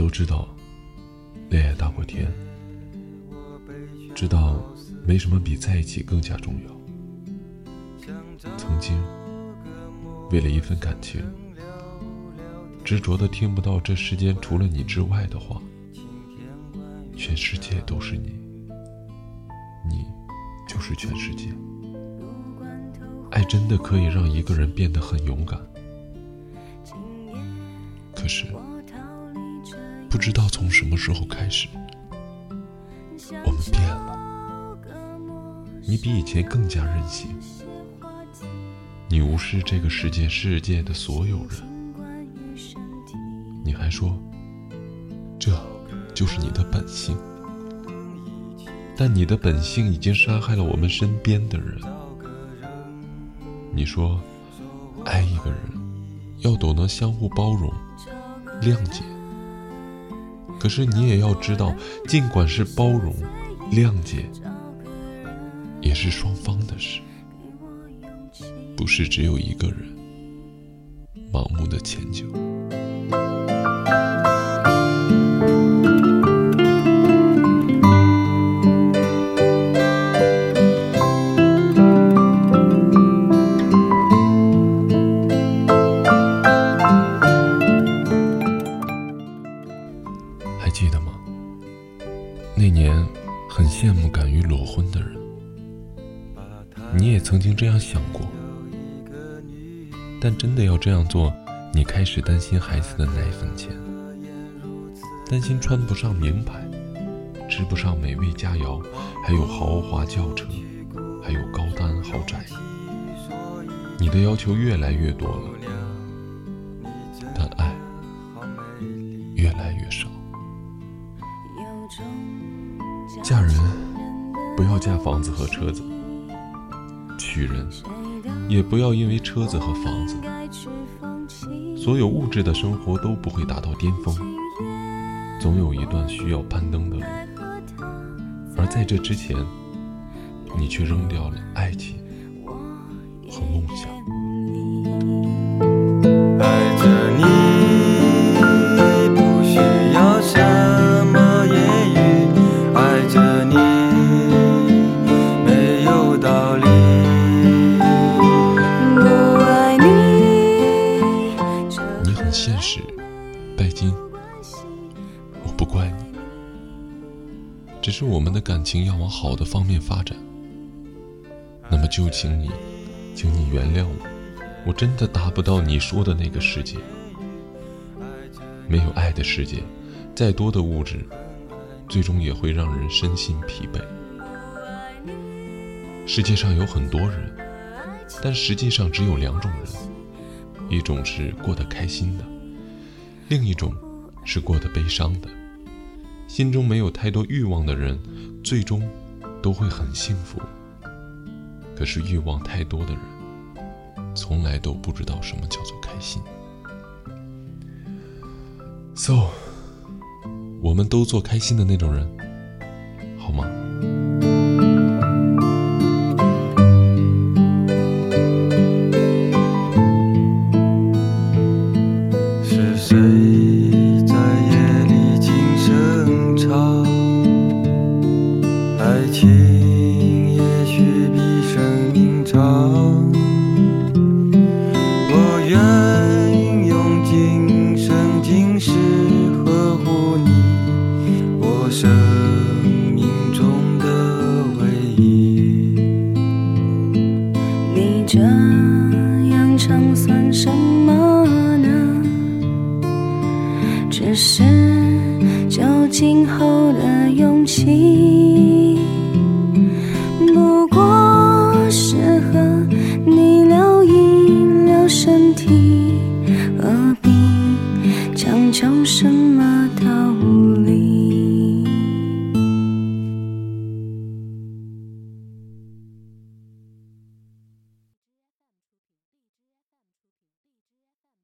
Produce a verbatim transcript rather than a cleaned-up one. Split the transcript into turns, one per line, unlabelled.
都知道恋爱大过天，知道没什么比在一起更加重要。曾经为了一份感情，执着的听不到这世间除了你之外的话，全世界都是你，你就是全世界。爱真的可以让一个人变得很勇敢，可是不知道从什么时候开始，我们变了。你比以前更加任性，你无视这个世界世界的所有人，你还说这就是你的本性，但你的本性已经杀害了我们身边的人。你说爱一个人要懂得相互包容谅解，可是你也要知道，尽管是包容谅解，也是双方的事，不是只有一个人盲目的迁就。还记得吗？那年很羡慕敢于裸婚的人，你也曾经这样想过，但真的要这样做，你开始担心孩子的奶粉钱，担心穿不上名牌，吃不上美味佳肴，还有豪华轿车，还有高端豪宅。你的要求越来越多了，但爱越来越少。嫁人不要嫁房子和车子，娶人也不要因为车子和房子。所有物质的生活都不会达到巅峰，总有一段需要攀登的路，而在这之前，你却扔掉了爱情和梦想。
爱着你不需要什么言语，爱着你没有道理，
不爱你。
你很现实，拜金，我不怪你，只是我们的感情要往好的方面发展。那么就请你请你原谅我，我真的达不到你说的那个世界。没有爱的世界，再多的物质最终也会让人身心疲惫。世界上有很多人，但实际上只有两种人，一种是过得开心的，另一种是过得悲伤的。心中没有太多欲望的人，最终都会很幸福。可是欲望太多的人，从来都不知道什么叫做开心。So， 我们都做开心的那种人，好吗？
是谁在夜里轻声唱？爱情也许比生命长，我愿用今生今世呵护你，我生命中的唯一。
你这样唱算什么呢？只是就今后的勇气，不过是和你聊一聊身体，何必强求什么道理？